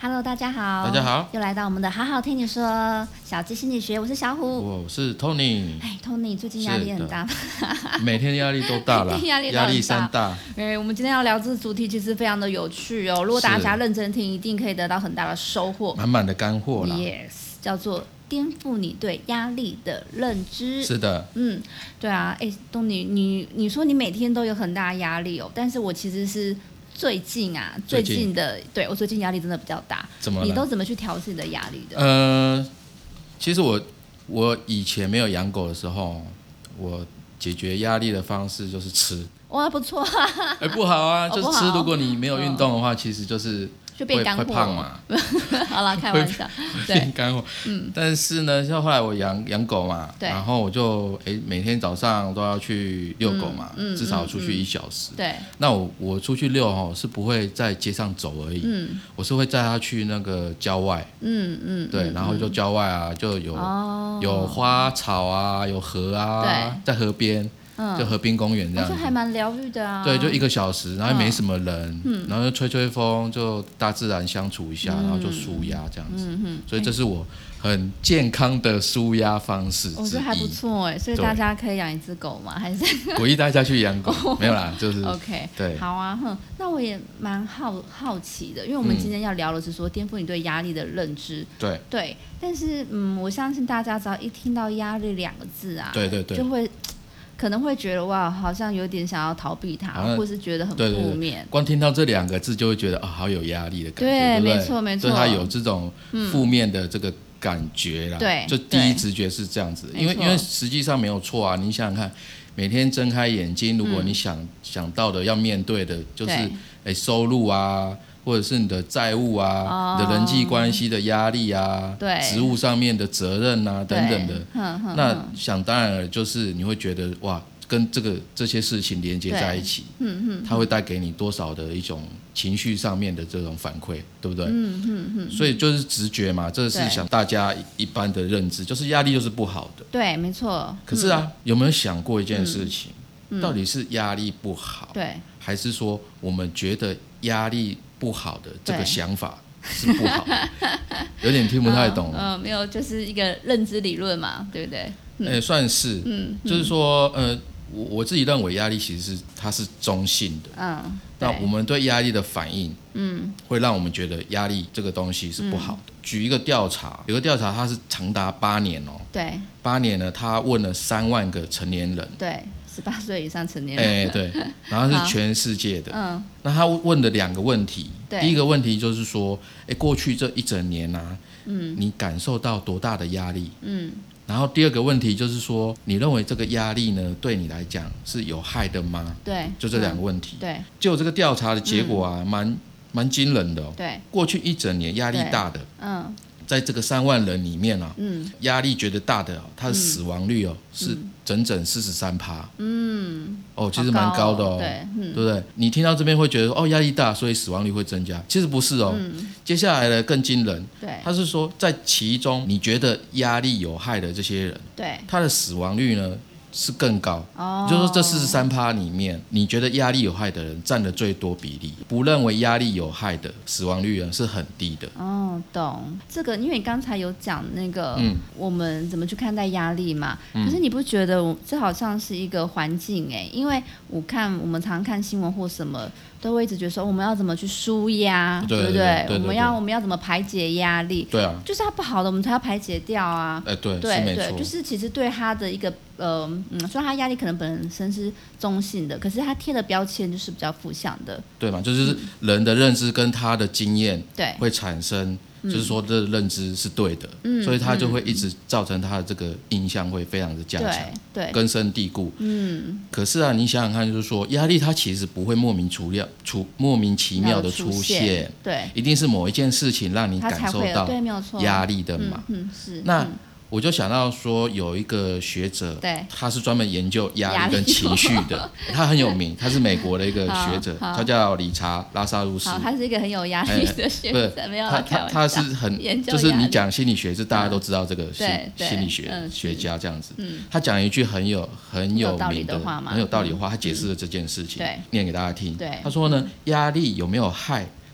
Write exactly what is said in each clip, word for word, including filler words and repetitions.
Hello， 大家好， 大家好， 又来到我们的好好听你说小鸡心理学，我是小虎， 我是 Tony。 哎 ，Tony 最近压力很大， 每天压力都大了， 压力压力山大。 哎，我们今天要聊这个主题其实非常的有趣哦，如果大家认真听，一定可以得到很大的收获， 满满的干货啦。 Yes， 叫做颠覆你对压力的认知。 是的， 嗯，对啊，哎，Tony，你你说你每天都有很大压力哦，但是我其实是。最近啊，最近的，对我最近压力真的比较大。 怎么了？ 你都怎么去调试你的压力的？ 呃，其实我我以前没有养狗的时候，我解决压力的方式就是吃。 哇，不错啊！ 哎，不好啊， 哦、 就是吃。如果你没有运动的话，嗯、其实就是。 就变干货， 会胖嘛？ 好啦，开玩笑， 变干货。嗯，但是呢，像后来我养养狗嘛，然后我就哎、欸、每天早上都要去遛狗嘛，嗯嗯、至少出去一小时。 对、嗯， 那我我出去遛哈是不会在街上走而已，嗯，我是会带它去那个郊外，嗯嗯，对，然后就郊外啊，就有、哦、有花草啊，有河啊，在河边。嗯、就河滨公园这样子， 哦、还蛮疗愈的啊。 对，就一个小时，然后也没什么人，嗯、然后就吹吹风，就大自然相处一下，嗯、然后就舒压这样子。嗯嗯、所以这是我很健康的舒压方式之一。 我觉得还不错哎，所以大家可以养一只狗吗？还是鼓励大家去养狗？没有啦，就是 OK。 对， 好啊，哼，那我也蛮好好奇的，因为我们今天要聊的是说颠覆你对压力的认知。 对对，但是嗯，我相信大家只要一听到压力两个字啊， 对对对， 就会。可能会觉得哇，好像有点想要逃避它，或是觉得很负面。对对对， 光听到这两个字就会觉得啊、哦，好有压力的感觉， 对， 对不对？ 没错没错， 对他有这种负面的这个感觉啦。 对、嗯， 就第一直觉是这样子，因为因为实际上没有错啊。你想想看，每天睁开眼睛，如果你想、嗯、想到的要面对的，就是哎收入啊。或者是你的债务啊，哦、你的人际关系的压力啊， 对， 职务上面的责任啊等等的，呵呵那想当然了，就是你会觉得哇，跟这个这些事情连接在一起，嗯、它会带给你多少的一种情绪上面的这种反馈，对不对？嗯、所以就是直觉嘛，这是想大家一般的认知，就是压力就是不好的， 对，没错。 可是啊，嗯、有没有想过一件事情，嗯、到底是压力不好， 对， 还是说我们觉得压力不好的这个想法是不好的，有点听不太懂。 嗯、呃，没有，就是一个认知理论嘛，对不对？ 嗯、欸，算是，嗯，就是说，呃，我我自己认为压力其实是它是中性的，嗯，那我们对压力的反应，嗯，会让我们觉得压力这个东西是不好的。嗯、举一个调查，有个调查它是长达八年哦， 对， 八年呢，他问了三万个成年人， 对。十八岁以上成年人， 哎、欸，对，然后是全世界的。嗯，那他问的两个问题，第一个问题就是说，哎、欸，过去这一整年啊，嗯，你感受到多大的压力？嗯，然后第二个问题就是说，你认为这个压力呢，对你来讲是有害的吗？ 对， 就这两个问题。 嗯、对， 就这个调查的结果啊，蛮蛮惊人的哦。 对， 过去一整年压力大的，嗯。在这个三万人里面啊，嗯、压力觉得大的、哦，他的死亡率哦、嗯、是整整四十三趴，嗯，哦，其实蛮高的哦， 哦对，嗯、 对不对？你听到这边会觉得哦，压力大，所以死亡率会增加，其实不是哦。嗯、接下来呢更惊人， 对， 他是说在其中你觉得压力有害的这些人， 对， 他的死亡率呢？是更高，哦、就是说这四十三趴里面，你觉得压力有害的人占了最多比例，不认为压力有害的死亡率呢是很低的。 哦，懂这个，因为你刚才有讲那个，嗯、我们怎么去看待压力嘛？嗯、可是你不觉得这好像是一个环境哎？因为我看我们常看新闻或什么，都会一直觉得说我们要怎么去舒压，对不对？我们要我们要怎么排解压力？ 对啊， 就是它不好的，我们才要排解掉啊。 哎，对， 对是没错， 对，就是其实对他的一个。呃嗯，虽然他压力可能本身是中性的，可是他贴的标签就是比较负向的， 对嘛？就是人的认知跟他的经验， 对， 会产生，就是说这个认知是对的，嗯，所以他就会一直造成他的这个印象会非常的加强， 对， 根深蒂固，嗯。可是啊，你想想看，就是说压力它其实不会莫名除掉出莫名其妙的出现， 对， 一定是某一件事情让你感受到压力的嘛， 嗯，是那。嗯我就想到说，有一个学者，他是专门研究压力跟情绪的，他很有名，他是美国的一个学者，他叫理查拉萨路斯。 好，他是一个很有压力的学者，欸、没有他他他是很，就是你讲心理学是大家都知道这个心、嗯、心理学、嗯、学家这样子。嗯、他讲一句很有很有名的、很有道理的话，他解释了这件事情，念给大家听。他说呢，压力有没有害？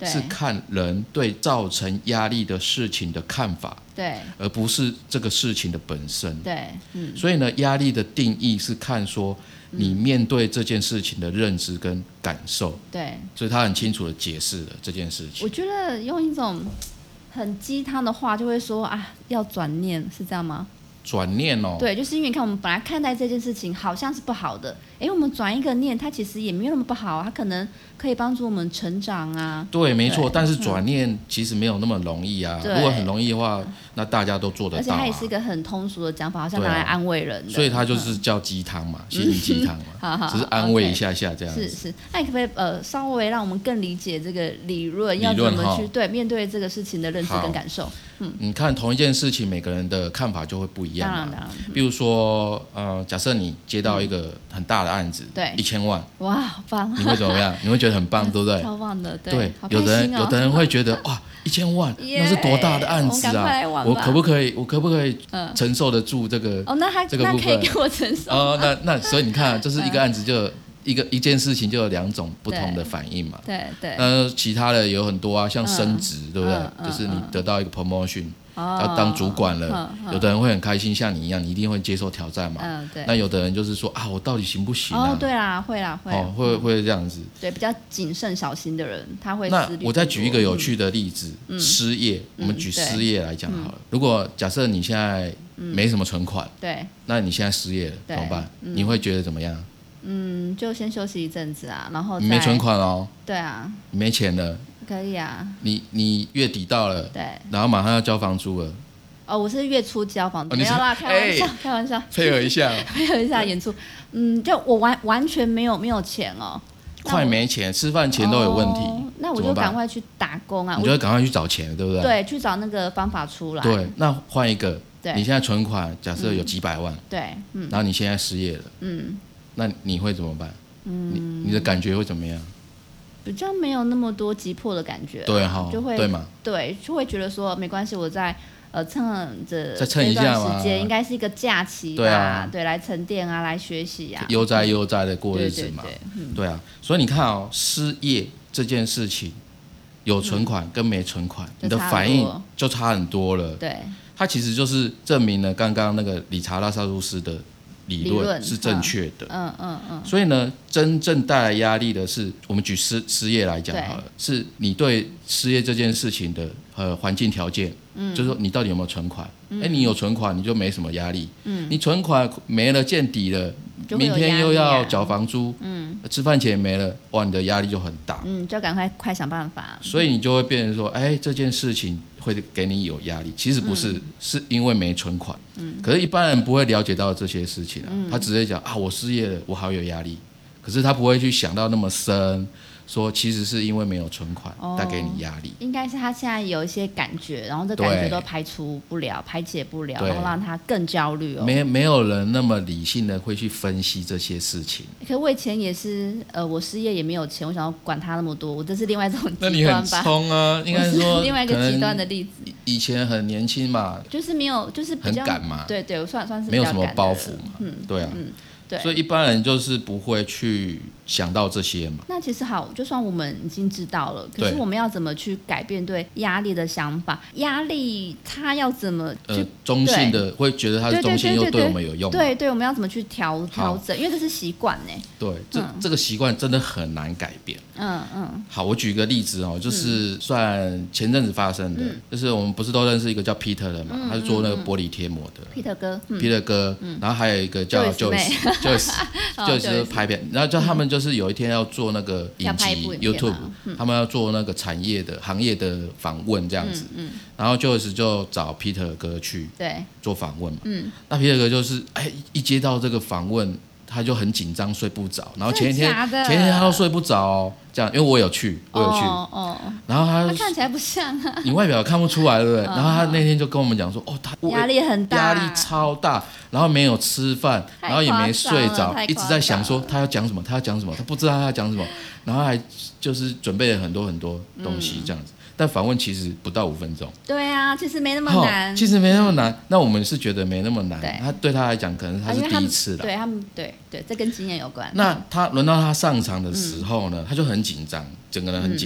是看人对造成压力的事情的看法， 对， 而不是这个事情的本身。 对，嗯， 所以呢，压力的定义是看说你面对这件事情的认知跟感受。 对， 所以他很清楚的解释了这件事情。 我觉得用一种很鸡汤的话，就会说啊，要转念，是这样吗？ 转念哦， 对，就是因为你看我们本来看待这件事情好像是不好的，哎，我们转一个念，它其实也没有那么不好，它可能可以帮助我们成长啊。 对，没错，但是转念其实没有那么容易啊。如果很容易的话，那大家都做得到、啊。而且它也是一个很通俗的讲法，好像拿来安慰人的。 所以它就是叫鸡汤嘛，心灵鸡汤嘛，好好只是安慰一下下这样子。 是是，那你可不可以呃稍微让我们更理解这个理论，要怎么去对面对这个事情的认知跟感受？嗯， 你看同一件事情，每个人的看法就会不一样嘛。当然当然。比如说，呃，假设你接到一个很大的案子， 对， 一千万， 哇，好棒！ 你会怎么样？你会觉得很棒，对不对？ 超棒的，对。 对，有的人有的人会觉得哇，一千万那是多大的案子啊！我可不可以？我可不可以承受得住这个？ 哦，那他这个部分那可以给我承受。 哦，那那所以你看，就是一个案子就。一个一件事情就有两种不同的反应嘛， 对对。 那其他的有很多啊，像升职，嗯、对不对？嗯、就是你得到一个 promotion，、嗯、要当主管了，嗯、有的人会很开心，像你一样，你一定会接受挑战嘛。嗯，对。那有的人就是说啊，我到底行不行啊？ 哦，对啦，会啦，会。 哦，会会这样子。 对，比较谨慎小心的人，他会。 那我再举一个有趣的例子，嗯、失业，我们举失业来讲好了。如果假设你现在没什么存款， 对， 那你现在失业了怎么办？你会觉得怎么样？ 嗯，就先休息一阵子啊，然后你没存款哦。 对啊。 你没钱了。 可以啊。 你你月底到了。 对。 然后马上要交房租了。 哦，我是月初交房租。没有啦，开玩笑，开玩笑。 配合一下。 配合一下演出。嗯，就我完完全没有没有钱哦。 快没钱，吃饭钱都有问题。哦、 那我就赶快去打工啊！ 你就会赶快去找钱，对不对？ 对，去找那个方法出来。 对，那换一个。对。你现在存款假设有几百万。 对。嗯。 然后你现在失业了。嗯。那你会怎么办？嗯，你你的感觉会怎么样？ 比较没有那么多急迫的感觉， 对哈， 就会对嘛， 对，就会觉得说没关系，我在呃趁着再撑一下嘛， 时间应该是一个假期吧，对啊，对，来沉淀啊，来学习啊， 悠哉悠哉的过日子嘛， 对对对， 嗯、对啊，所以你看哦，失业这件事情，有存款跟没存款，嗯、你的反应就差很多了， 对， 它其实就是证明了刚刚那个理查拉萨鲁斯的。理论是正确的， 嗯嗯嗯， 所以呢，真正带来压力的是，我们举失失业来讲好了，是你对失业这件事情的呃环境条件，嗯，就是说你到底有没有存款？哎、嗯，你有存款你就没什么压力，嗯，你存款没了见底了，啊、明天又要缴房租，嗯，吃饭钱没了，哇，你的压力就很大， 嗯，就赶快快想办法， 所以你就会变成说，哎，这件事情会给你有压力，其实不是，嗯、是因为没存款。嗯，可是一般人不会了解到这些事情啊，嗯、他直接讲啊，我失业了，我好有压力，可是他不会去想到那么深，说其实是因为没有存款带给你压力。 应该是他现在有一些感觉，然后这感觉都排除不了、排解不了，然后让他更焦虑哦。 没没有人那么理性的会去分析这些事情。 可我以前也是，呃，我失业也没有钱，我想要管他那么多，我这是另外一种极端吧。 那你很冲啊，应该说另外一个极端的例子。 以前很年轻嘛， 就是没有，就是比较很赶嘛， 对对，我算算是没有什么包袱嘛，嗯，对啊， 嗯，对， 所以一般人就是不会去想到这些嘛。 那其实好，就算我们已经知道了，可是我们要怎么去改变对压力的想法？压力它要怎么呃中性的会觉得它是中性又对我们有用？ 对对，我们要怎么去调调整？因为这是习惯呢。 对，这、嗯、这个习惯真的很难改变。 嗯嗯。 好，我举一个例子哦，就是算前阵子发生的，嗯、就是我们不是都认识一个叫 Peter 的嘛，嗯、他是做那个玻璃贴膜的。 Peter 哥。 嗯、Peter 哥，嗯、然后还有一个叫 Joyce，Joyce，Joyce 拍片，然后叫他们就是有一天要做那个影集 YouTube，、嗯、他们要做那个产业的行业的访问这样子，嗯嗯、然后 Joyce 就找 Peter 哥去做访问嘛，嗯、那 Peter 哥就是哎一接到这个访问。他就很紧张，睡不着，然后前一天前一天他都睡不着、哦，这样，因为我有去，我有去，哦哦、然后他他看起来不像啊， 你外表看不出来，对不对？哦、然后他那天就跟我们讲说，哦，他压力很大， 压力超大，然后没有吃饭，然后也没睡着，一直在想说他要讲什么，他要讲什么，他不知道他要讲什么，然后还就是准备了很多很多东西这样子。嗯，但访问其实不到五分钟。对啊，其实没那么难。 哦、其实没那么难。那我们是觉得没那么难。他对他来讲，可能他是第一次啦。 对他们，对对，这跟经验有关。 那他轮到他上场的时候呢，嗯、他就很紧张，整个人很紧绷嘛。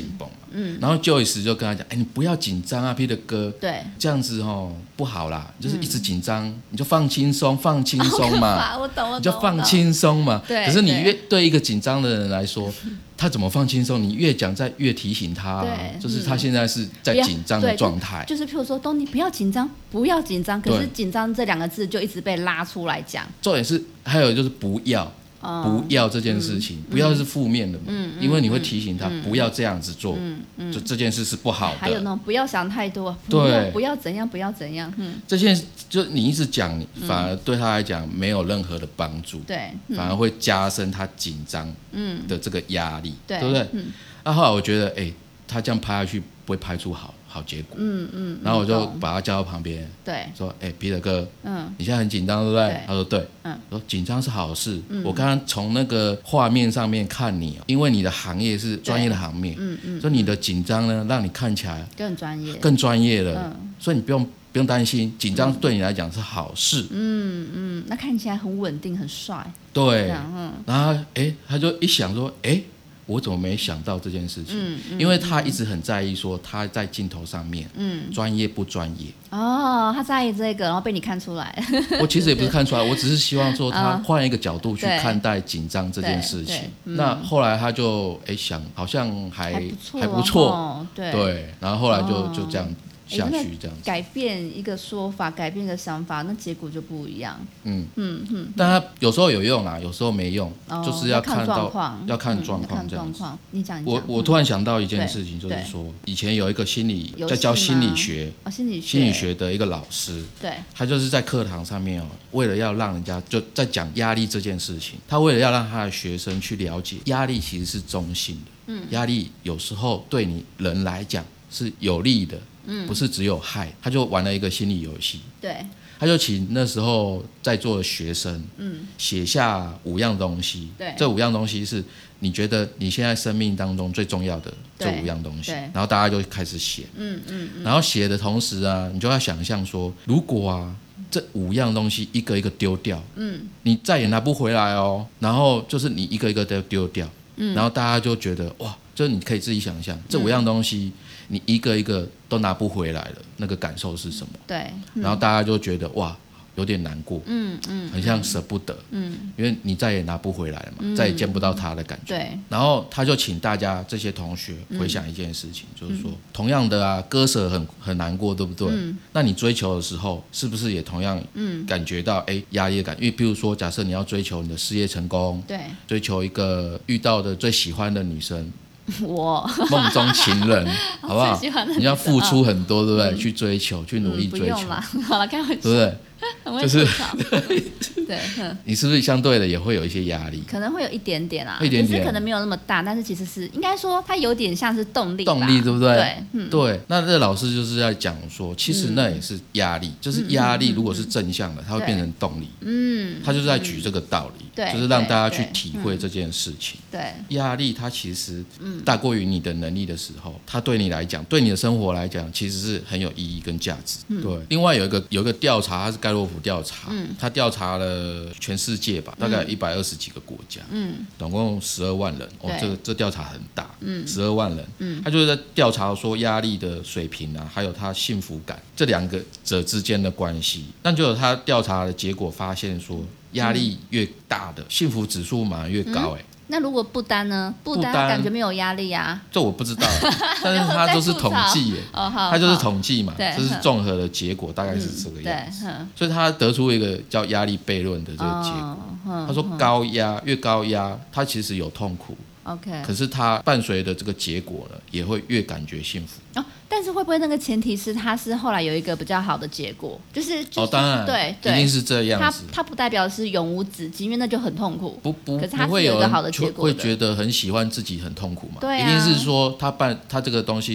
嗯，然后 Joyce 就跟他讲，哎，你不要紧张啊 ，Peter 哥， 对， 这样子哦不好啦，就是一直紧张，嗯、你就放轻松，放轻松嘛， 我懂，我懂， 你就放轻松嘛。 对， 可是你越对一个紧张的人来说，他怎么放轻松？你越讲在越提醒他、啊，就是他现在是在紧张的状态。 就是譬如说，东尼不要紧张，不要紧张，可是紧张这两个字就一直被拉出来讲。 重点是还有就是不要。不要这件事情，嗯、不要是负面的嘛、嗯，因为你会提醒他不要这样子做，嗯嗯、就这件事是不好的。 还有那种不要想太多，对，不要怎样，不要怎样，嗯， 这件就你一直讲，反而对他来讲没有任何的帮助，对、嗯，反而会加深他紧张的这个压力，对，对不对？那、嗯啊、后来我觉得，哎、欸，他这样拍下去不会拍出好。好结果，嗯嗯，然后我就把他叫到旁边，对，说，哎、欸，皮特哥，嗯，你现在很紧张，对不对？对他说对，嗯，说紧张是好事，嗯、我刚刚从那个画面上面看你，因为你的行业是专业的行业，嗯嗯，所以你的紧张呢，让你看起来更专业， 更专业了，嗯，所以你不用不用担心，紧张对你来讲是好事， 嗯嗯，那看起来很稳定，很帅， 对，嗯，然后哎、欸，他就一想说，哎、欸。我怎么没想到这件事情？嗯嗯、因为他一直很在意说他在镜头上面，嗯，专业不专业？ 哦，他在意这个，然后被你看出来。 我其实也不是看出来，我只是希望说他换一个角度去看待紧张这件事情。嗯、那后来他就哎想，好像还还不错，还不错哦、对, 对，然后后来就、哦、就这样。下去这样子改变一个说法，改变一个想法，那结果就不一样。嗯嗯嗯。但他有时候有用啦，有时候没用，哦、就是要看到要看状况这样子。 嗯、你讲我我突然想到一件事情，就是说以前有一个心理在教心理学， 哦、心理心理学的一个老师，对，他就是在课堂上面哦，为了要让人家就在讲压力这件事情，他为了要让他的学生去了解压力其实是中性的，嗯，压力有时候对你人来讲是有利的。嗯、不是只有害，他就玩了一个心理游戏。对，他就请那时候在座的学生，嗯，写下五样东西。对，这五样东西是你觉得你现在生命当中最重要的这五样东西。然后大家就开始写。嗯嗯嗯。然后写的同时啊，你就要想象说，如果啊这五样东西一个一个丢掉，嗯，你再也拿不回来哦。然后就是你一个一个都丢掉，嗯，然后大家就觉得哇，就是你可以自己想象这五样东西。你一个一个都拿不回来了，那个感受是什么？对，嗯、然后大家就觉得哇，有点难过，嗯嗯，很像舍不得，嗯，因为你再也拿不回来了嘛，嗯、再也见不到他的感觉。对，然后他就请大家这些同学回想一件事情，嗯、就是说，同样的啊，割舍很很难过，对不对？嗯，那你追求的时候，是不是也同样感觉到哎压力感？因为比如说，假设你要追求你的事业成功，对，追求一个遇到的最喜欢的女生。 我梦中情人，好不好？你要付出很多，对不对？嗯、去追求，去努力追求。嗯、不用啦，好了，开玩笑，对不对？就是，对，你是不是相对的也会有一些压力？ 可能会有一点点啊， 一点点， 可能没有那么大，但是其实是应该说它有点像是动力， 动力对不对？对，嗯、对。那这老师就是在讲说，其实那也是压力，嗯、就是压力如果是正向的，它会变成动力。嗯，他就是在举这个道理，对，就是让大家去体会这件事情。对，压力它其实大过于你的能力的时候，它对你来讲，对你的生活来讲，其实是很有意义跟价值。嗯、对。另外有一个有一个调查，它是盖洛普调查，嗯、他调查了全世界吧，大概一百二十几个国家，嗯，总共十二万人。哦，这个这调查很大，嗯，十二万人，嗯，他就是在调查说压力的水平啊，还有他幸福感这两个者之间的关系。但就有他调查的结果发现说，压力越大的、嗯、幸福指数马上越高、欸，哎、嗯。 那如果不丹呢？不丹感觉没有压力啊。 这我不知道，但是它都是统计耶，它就是统计嘛，这是综合的结果，大概是这个样子。嗯、所以他得出一个叫压力悖论的这个结果。哦、他说高压越高压，它其实有痛苦。OK， 可是它伴随的这个结果呢，也会越感觉幸福。 哦，但是会不会那个前提是它是后来有一个比较好的结果？就是、就是、 哦，当然，对，对一定是这样子。 它它不代表是永无止境，因为那就很痛苦。 不不， 可是它是有一个好的结果的。 会觉得很喜欢自己很痛苦嘛？ 对、啊， 一定是说它伴它这个东西是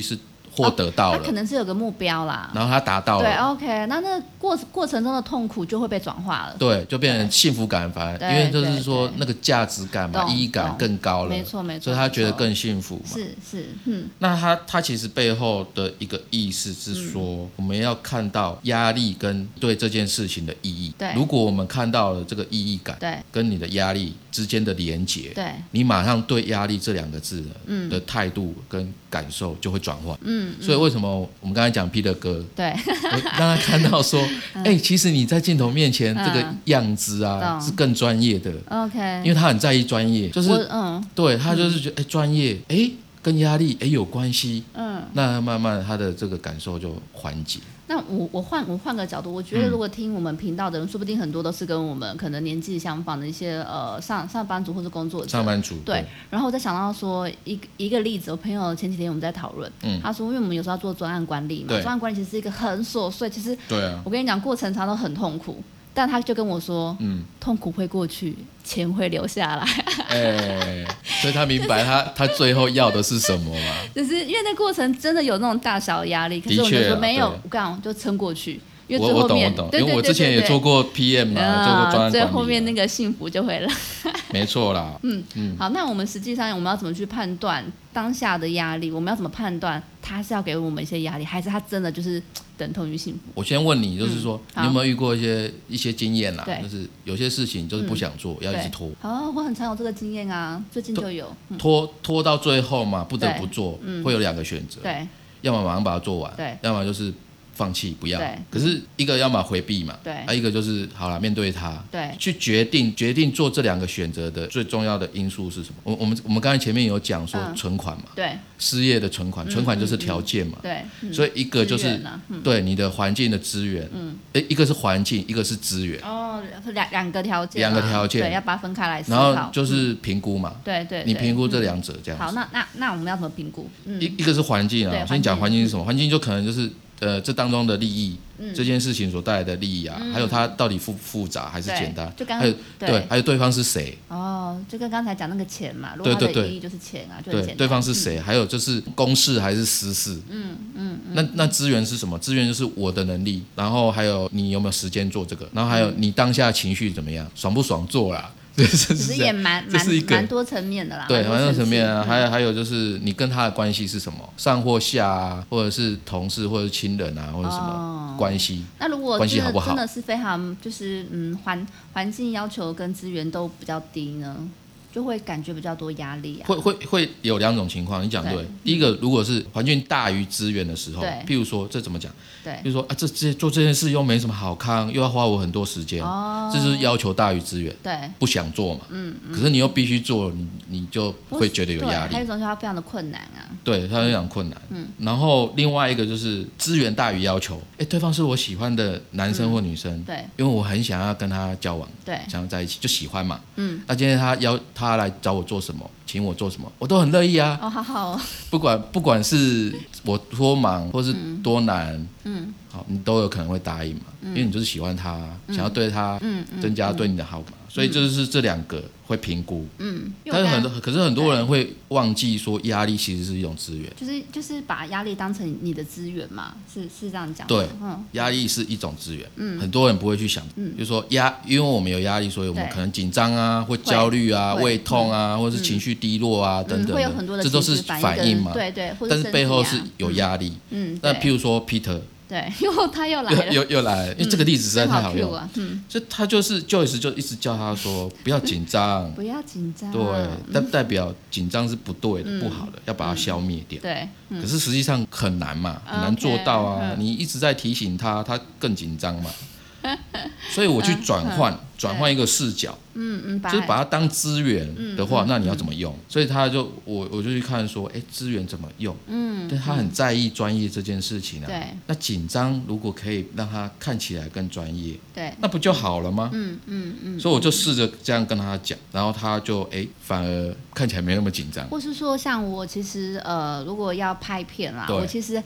获得到了， 他可能是有个目标啦， 然后他达到了， 对 ，OK， 那那过过程中的痛苦就会被转化了， 对，就变成幸福感，反而因为就是说那个价值感嘛，意义感更高了， 没错没错， 所以他觉得更幸福嘛， 是是，嗯， 那他他其实背后的一个意思是说，嗯、我们要看到压力跟对这件事情的意义， 对， 如果我们看到了这个意义感， 对， 跟你的压力之间的连结， 对， 你马上对压力这两个字的、 嗯、 的态度跟感受就会转换， 嗯， 所以为什么我们刚才讲 Peter 哥， 对， 让他看到说，哎、欸，其实你在镜头面前这个样子啊、嗯、是更专业的 ，OK， 因为他很在意专业，就是， 嗯， 对他就是觉得，哎、欸，专业，哎、欸，跟压力，哎、欸，有关系， 嗯， 那慢慢他的这个感受就缓解。 那我我换我换个角度，我觉得如果听我们频道的人，嗯、说不定很多都是跟我们可能年纪相仿的一些呃上上班族或者工作者。 上班族。 对。对然后我再想到说一一个例子，我朋友前几天我们在讨论，嗯，他说因为我们有时候要做专案管理嘛，专案管理其实是一个很琐碎，其实对啊，我跟你讲过程常都很痛苦。但他就跟我说，嗯，痛苦会过去，钱会留下来。 哎、欸，所以他明白他他最后要的是什么嘛？ 就是因为那过程真的有那种大小压力，可是我就说没有，我刚就撑过去。因为最后面， 我懂我懂，因为我之前也做过 P M 嘛，啊、做过专案管理， 最后面那个幸福就会来。 没错啦。 嗯嗯。好，那我们实际上我们要怎么去判断当下的压力？我们要怎么判断他是要给我们一些压力，还是他真的就是等同于幸福？ 我先问你，就是说、嗯、你有没有遇过一些一些经验啦？就是有些事情就是不想做，嗯、要一直拖。 好，我很常有这个经验啊，最近就有。 嗯、拖拖到最后嘛，不得不做，嗯、会有两个选择。 对。 要么马上把它做完， 对。 要么就是放弃不要，可是一个要么回避嘛，对，啊一个就是好了面对它，对，去决定决定做这两个选择的最重要的因素是什么？我我们我们刚才前面有讲说存款嘛，对、嗯，失业的存款，存款就是条件嘛，对、嗯，所以一个就是、啊嗯、对你的环境的资源，嗯，一个是环境，一个是资源， 哦，两两个条件， 两个条件， 对，要把它分开来思考， 然后就是评估嘛， 嗯、对, 对对， 你评估这两者这样子。 好，那那那我们要怎么评估？嗯、 一一个是环境啊，我先讲环境是什么？环境就可能就是。呃，这当中的利益、嗯，这件事情所带来的利益啊，嗯、还有它到底复复杂还是简单？ 就刚还有 对, 对，还有对方是谁？ 哦，就跟刚才讲那个钱嘛，如果它的意义就是钱啊，就很简单。 对，对方是谁？嗯、还有就是公事还是私事？嗯嗯嗯。那那资源是什么？资源就是我的能力，然后还有你有没有时间做这个，然后还有你当下情绪怎么样，爽不爽做啦？ 其实也蛮蛮蛮多层面的啦， 对，蛮多层面啊，嗯、还有还有就是你跟他的关系是什么，上或下啊，或者是同事或者是亲人啊，或者什么关系、哦？ 那如果关系好不好？ 真的是非常就是嗯环环境要求跟资源都比较低呢？就会感觉比较多压力啊， 会会会有两种情况，你讲 对, 对。第一个，如果是环境大于资源的时候，譬如说这怎么讲？对，比如说啊，这这做这件事又没什么好康，又要花我很多时间，哦，这就是要求大于资源，对，不想做嘛，嗯，嗯可是你又必须做，你你就会觉得有压力。 还有一种就是它非常的困难啊， 对，它非常困难，嗯。然后另外一个就是资源大于要求，哎，对方是我喜欢的男生或女生，嗯、对，因为我很想要跟他交往，对，想要在一起，就喜欢嘛，嗯。那今天他邀他来找我做什么，请我做什么，我都很乐意啊。 哦，好好哦。 不管不管是我多忙或是多难，嗯，好，你都有可能会答应嘛，嗯、因为你就是喜欢他，嗯、想要对他增加对你的好嘛，嗯、所以就是这两个会评估。嗯，但是很多可是很多人会忘记说，压力其实是一种资源， 就是就是把压力当成你的资源嘛，是是这样讲。 对，嗯，压力是一种资源。嗯，很多人不会去想，嗯，就是说压，因为我们有压力，所以我们可能紧张啊，会焦虑啊，胃痛啊，或者是情绪低落啊，等等的，这都是反应嘛。 对对， 但是背后是有压力。嗯，那譬如说 Peter。 对，又他又来了， 又又来了，因为这个例子实在太好用了。嗯，就他就是 Joyce 就一直叫他说不要紧张， 不要紧张。 对，但代表紧张是不对的、不好的，要把它消灭掉。对，可是实际上很难嘛，很难做到啊。你一直在提醒他，他更紧张嘛。所以我去转换，转换一个视角，嗯嗯，就是把它当资源的话，那你要怎么用？所以他就我我就去看说，哎，资源怎么用？嗯，对他很在意专业这件事情啊。对，那紧张如果可以让他看起来更专业，对，那不就好了吗？嗯嗯嗯。所以我就试着这样跟他讲，然后他就哎反而看起来没那么紧张。 或是说，像我其实呃，如果要拍片啦，我其实。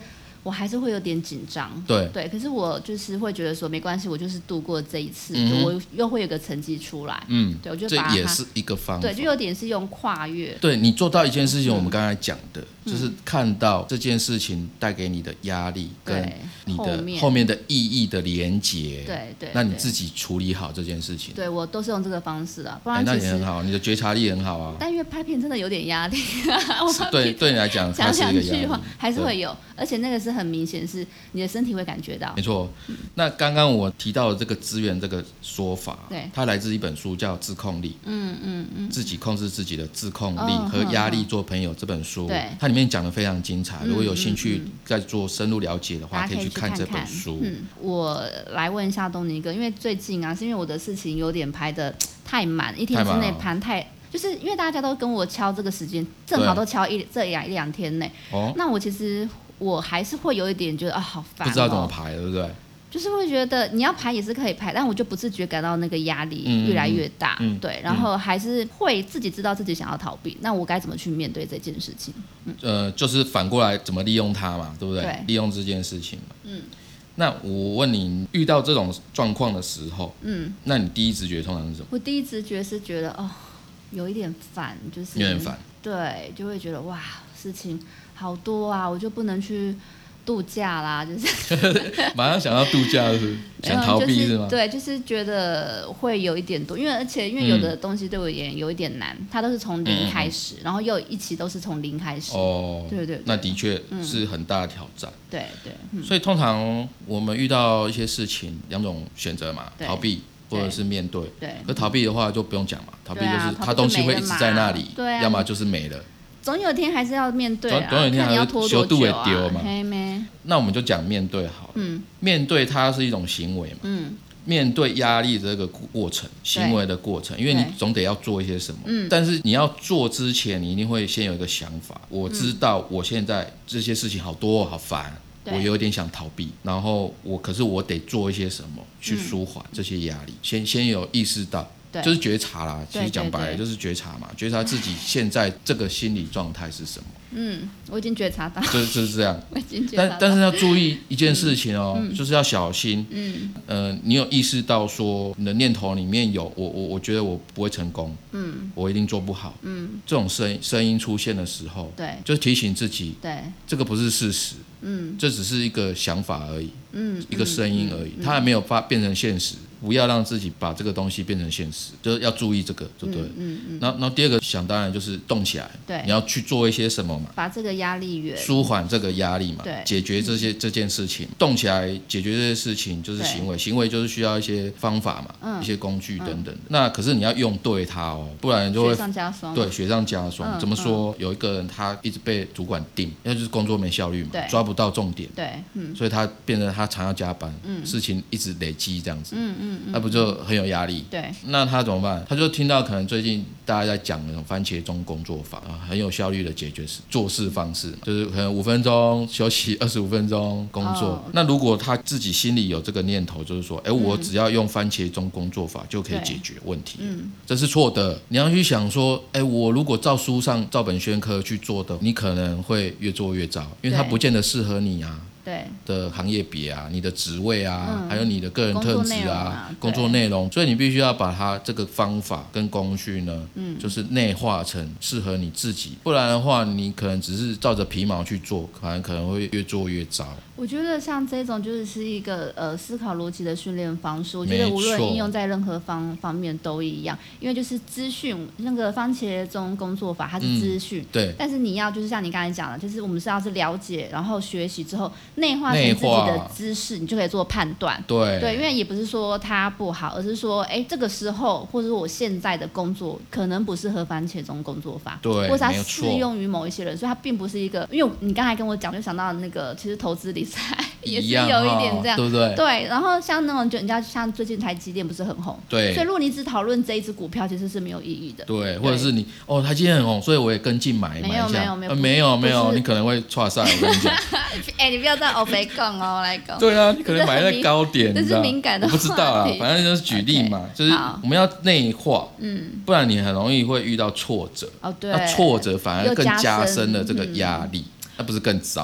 我还是会有点紧张。 对对，可是我就是会觉得说没关系，我就是度过这一次，嗯、我又会有个成绩出来。嗯，对，我就把它这也是一个方法。 对，就有点是用跨越。 对，你做到一件事情，我们刚才讲的，嗯、就是看到这件事情带给你的压力跟你的后面的意义的连结。 对对。 那你自己处理好这件事情。 对，我都是用这个方式啊，不然其实、 欸、那你很好，你的觉察力很好啊。 但因为拍片真的有点压力， 对对你来讲， 讲两句话还是会有，而且那个是很明显，是你的身体会感觉到。 没错。嗯、那刚刚我提到的这个资源这个说法， 对， 它来自一本书叫《自控力》， 嗯嗯嗯， 自己控制自己的自控力和压力做朋友这本书， 对， 它里面讲的非常精彩。如果有兴趣再做深入了解的话， 可以去看这本书。 嗯，我来问一下东尼哥，因为最近啊，是因为我的事情有点排得太满，一天之内盘太。就是因为大家都跟我敲这个时间，正好都敲一这两一两天内、哦，那我其实我还是会有一点觉得啊，好烦、哦， 不知道怎么排，对不对？ 就是会觉得你要排也是可以排，但我就不自觉感到那个压力越来越大，嗯、对，然后还是会自己知道自己想要逃避，那我该怎么去面对这件事情？嗯、 呃，就是反过来怎么利用它嘛，对不对？ 对， 利用这件事情嘛。嗯。那我问你，遇到这种状况的时候，嗯，那你第一直觉通常是什么？ 我第一直觉是觉得哦。有一点烦，就是有点烦， 对，就会觉得哇，事情好多啊，我就不能去度假啦，就是马上想到度假是不是想逃避是吗？ 对，就是觉得会有一点多，因为而且因为有的东西对我而言有一点难，它都是从零开始，嗯、然后又一起都是从零开始，哦，对 对, 对， 那的确是很大的挑战， 嗯、对对、嗯， 所以通常我们遇到一些事情，两种选择嘛，逃避。或者是面对， 对， 可逃避的话就不用讲嘛，逃避就是它东西会一直在那里， 对啊， 要么就是没了， 总有一天还是要面对啊， 总有一天还是修度会丢嘛， 嗯、 那我们就讲面对好了，嗯，面对它是一种行为嘛，嗯，面对压力的这个过程，行为的过程，因为你总得要做一些什么，嗯，但是你要做之前，你一定会先有一个想法，我知道我现在这些事情好多好烦。我有点想逃避，然后我可是我得做一些什么去舒缓这些压力，嗯、先先有意识到，就是觉察啦。其实讲白了就是觉察嘛，觉察自己现在这个心理状态是什么。 嗯，我已经觉察到， 就是就是这样。 我已经觉察到， 但但是要注意一件事情哦，嗯、就是要小心。嗯，呃，你有意识到说你的念头里面有我我我觉得我不会成功，嗯，我一定做不好，嗯，这种声声音出现的时候， 对， 就是提醒自己， 对， 这个不是事实，嗯，这只是一个想法而已， 嗯， 一个声音而已，嗯、它还没有发变成现实。不要让自己把这个东西变成现实，就是要注意这个，就对了。嗯嗯。然后，然后第二个想当然就是动起来， 对， 你要去做一些什么嘛， 把这个压力源舒缓这个压力嘛， 对， 解决这些、嗯、这件事情，动起来解决这些事情就是行为，行为就是需要一些方法嘛，嗯、一些工具等等、嗯。那可是你要用对它哦，不然就会雪上加霜。 对，雪上加霜。嗯、怎么说、嗯？有一个人他一直被主管定，那就是工作没效率嘛，抓不到重点， 对，嗯， 所以他变成他常要加班，嗯，事情一直累积这样子，嗯嗯嗯，那不就很有压力， 对， 那他怎么办？他就听到可能最近大家在讲那种番茄钟工作法啊，很有效率的解决做事方式，就是可能五分钟休息，二十五分钟工作。Oh. 那如果他自己心里有这个念头，就是说，哎、欸，我只要用番茄钟工作法就可以解决问题，嗯，这是错的。你要去想说，哎、欸，我如果照书上照本宣科去做的，你可能会越做越糟，因为它不见得适合你啊。对的行业别啊，你的职位啊、嗯，还有你的个人特质啊，工作内容，所以你必须要把它这个方法跟工序呢，嗯，就是内化成适合你自己，不然的话，你可能只是照着皮毛去做，可能可能会越做越糟。 我觉得像这种就是是一个呃思考逻辑的训练方式，我觉得无论应用在任何方方面都一样，因为就是资讯那个番茄钟工作法它是资讯、嗯， 对， 但是你要就是像你刚才讲的，就是我们是要是了解，然后学习之后内化成自己的知识，你就可以做判断。 对对，因为也不是说它不好，而是说哎这个时候或者说我现在的工作可能不适合番茄钟工作法， 对， 或者它适用于某一些人，所以它并不是一个，因为你刚才跟我讲，就想到那个其实投资理也是有一点这样， 对不对？ 对，然后像那种就人家像最近台积电不是很红， 对， 所以如果你只讨论这一只股票，其实是没有意义的。 对，或者是你哦台积电很红，所以我也跟进买没有买一下， 没有没有、呃、 没有没有，你可能会挫赛，我跟你讲。 哎、欸，你不要在欧北讲哦，来讲。 对啊，你可能买在高点， 这是敏感的话题， 我不知道啊，反正就是举例嘛， okay, 就是我们要内化，嗯，不然你很容易会遇到挫折。 哦，对， 那挫折反而更加深了这个压力，那、嗯、不是更糟？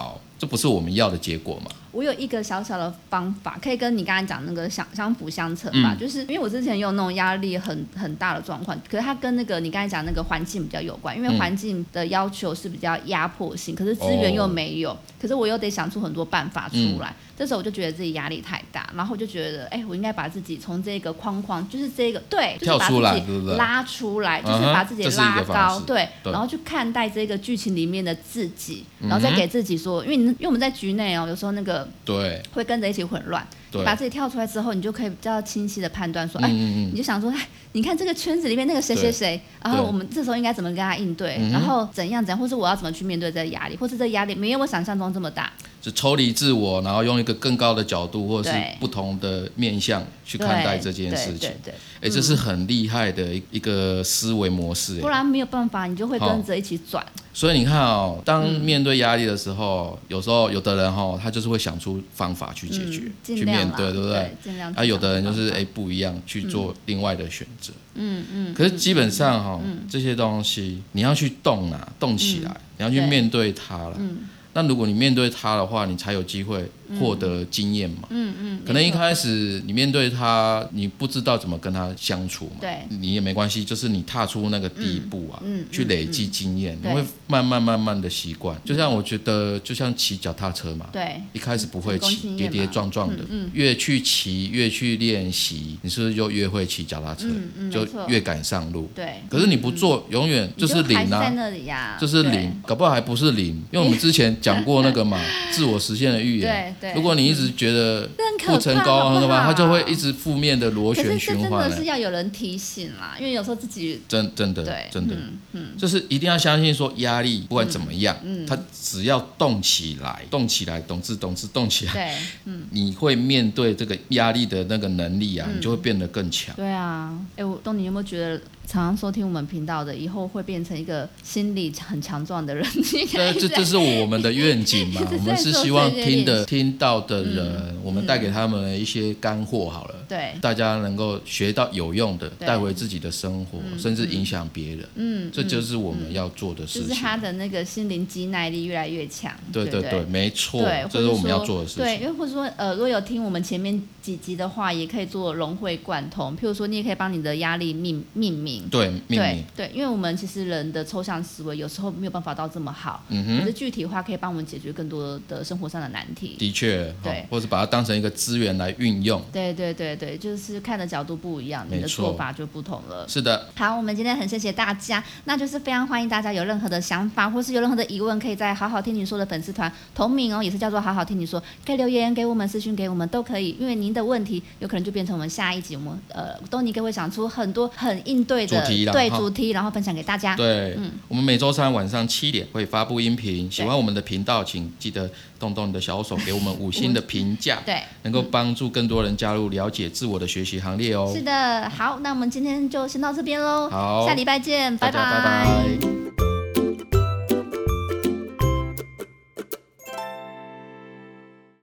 这不是我们要的结果嘛。 我有一个小小的方法，可以跟你刚才讲那个相相辅相成吧、嗯。就是因为我之前有那种压力很很大的状况，可是它跟那个你刚才讲那个环境比较有关，因为环境的要求是比较压迫性，可是资源又没有、哦，可是我又得想出很多办法出来。嗯、这时候我就觉得自己压力太大，然后我就觉得，哎、欸，我应该把自己从这个框框，就是这个对，就是把自己拉出来， 对对就是把自己拉高， 嗯、 对，然后去看待这个剧情里面的自己，然后再给自己说，因为你因为我们在局内哦，有时候那个对会跟着一起混乱。你把自己跳出来之后，你就可以比较清晰的判断说，哎、嗯，你就想说，哎，你看这个圈子里面那个谁谁谁，然后我们这时候应该怎么跟他应对，然后怎样怎样，或是我要怎么去面对这个压力，或是这个压力没有我想象中这么大， 就抽离自我，然后用一个更高的角度，或者是不同的面向去看待这件事情。 对对哎，这是很厉害的一个思维模式， 不然没有办法，你就会跟着一起转。 所以你看哦，当面对压力的时候，嗯、有时候有的人哈、哦，他就是会想出方法去解决、嗯、去面对，对不对？ 尽量。 啊，有的人就是哎不一样，去做另外的选择。嗯嗯。可是基本上哈、哦嗯，这些东西你要去动啊，动起来，嗯、你要去面对它了。嗯。那如果你面对它的话，你才有机会获得经验嘛。嗯嗯。可能一开始你面对它，你不知道怎么跟它相处嘛。 对。 你也没关系，就是你踏出那个第一步啊，嗯嗯、去累积经验，你会慢慢慢慢的习惯。就像我觉得，就像骑脚踏车嘛。 对。 一开始不会骑，跌跌撞撞的，嗯嗯、越去骑，越去练习，你是不是就越会骑脚踏车？嗯嗯、就越敢上路。 对。 可是你不做，永远就是零啊。 在那里呀、啊。 就是零，搞不好还不是零，因为我们之前讲过那个嘛，自我实现的预言。 对对。 如果你一直觉得不成功，那么它就会一直负面的螺旋循环。 可是这真的是要有人提醒啦，因为有时候自己真真的真的，嗯嗯，就是一定要相信说压力不管怎么样，嗯，它只要动起来，动起来，懂字懂字动起来， 对，嗯， 你会面对这个压力的那个能力啊，你就会变得更强。 对啊，哎，我东尼有没有觉得？常常收听我们频道的，以后会变成一个心理很强壮的人。 对，这这是我们的愿景嘛。我们是希望听的听到的人，嗯、我们带给他们一些干货好了。 对， 大家能够学到有用的，带回自己的生活，甚至影响别人。嗯，这就是我们要做的事情。 就是他的那个心灵肌耐力越来越强。 对对对, 对，没错，这是我们要做的事情。 对，因为或者说呃，如果有听我们前面几集的话，也可以做融会贯通。譬如说，你也可以帮你的压力命命名。 对，命名。 对，因为我们其实人的抽象思维有时候没有办法到这么好，嗯哼，可是具体化可以帮我们解决更多的生活上的难题。 的确， 对， 或者把它当成一个资源来运用。 对对对对，就是看的角度不一样，你的做法就不同了。 是的。 好，我们今天很谢谢大家，那就是非常欢迎大家有任何的想法或是有任何的疑问，可以在好好听你说的粉丝团同名哦，也是叫做好好听你说，可以留言给我们，私讯给我们都可以，因为您的问题有可能就变成我们下一集我们呃东尼哥会想出很多很应对的主题对主题，然后分享给大家。 对，嗯，我们每周三晚上七点会发布音频，喜欢我们的频道，请记得动动你的小手，给我们五星的评价， 对， 能够帮助更多人加入了解自我的学习行列哦。 是的，好，那我们今天就先到这边喽， 好， 下礼拜见，拜拜。 拜拜。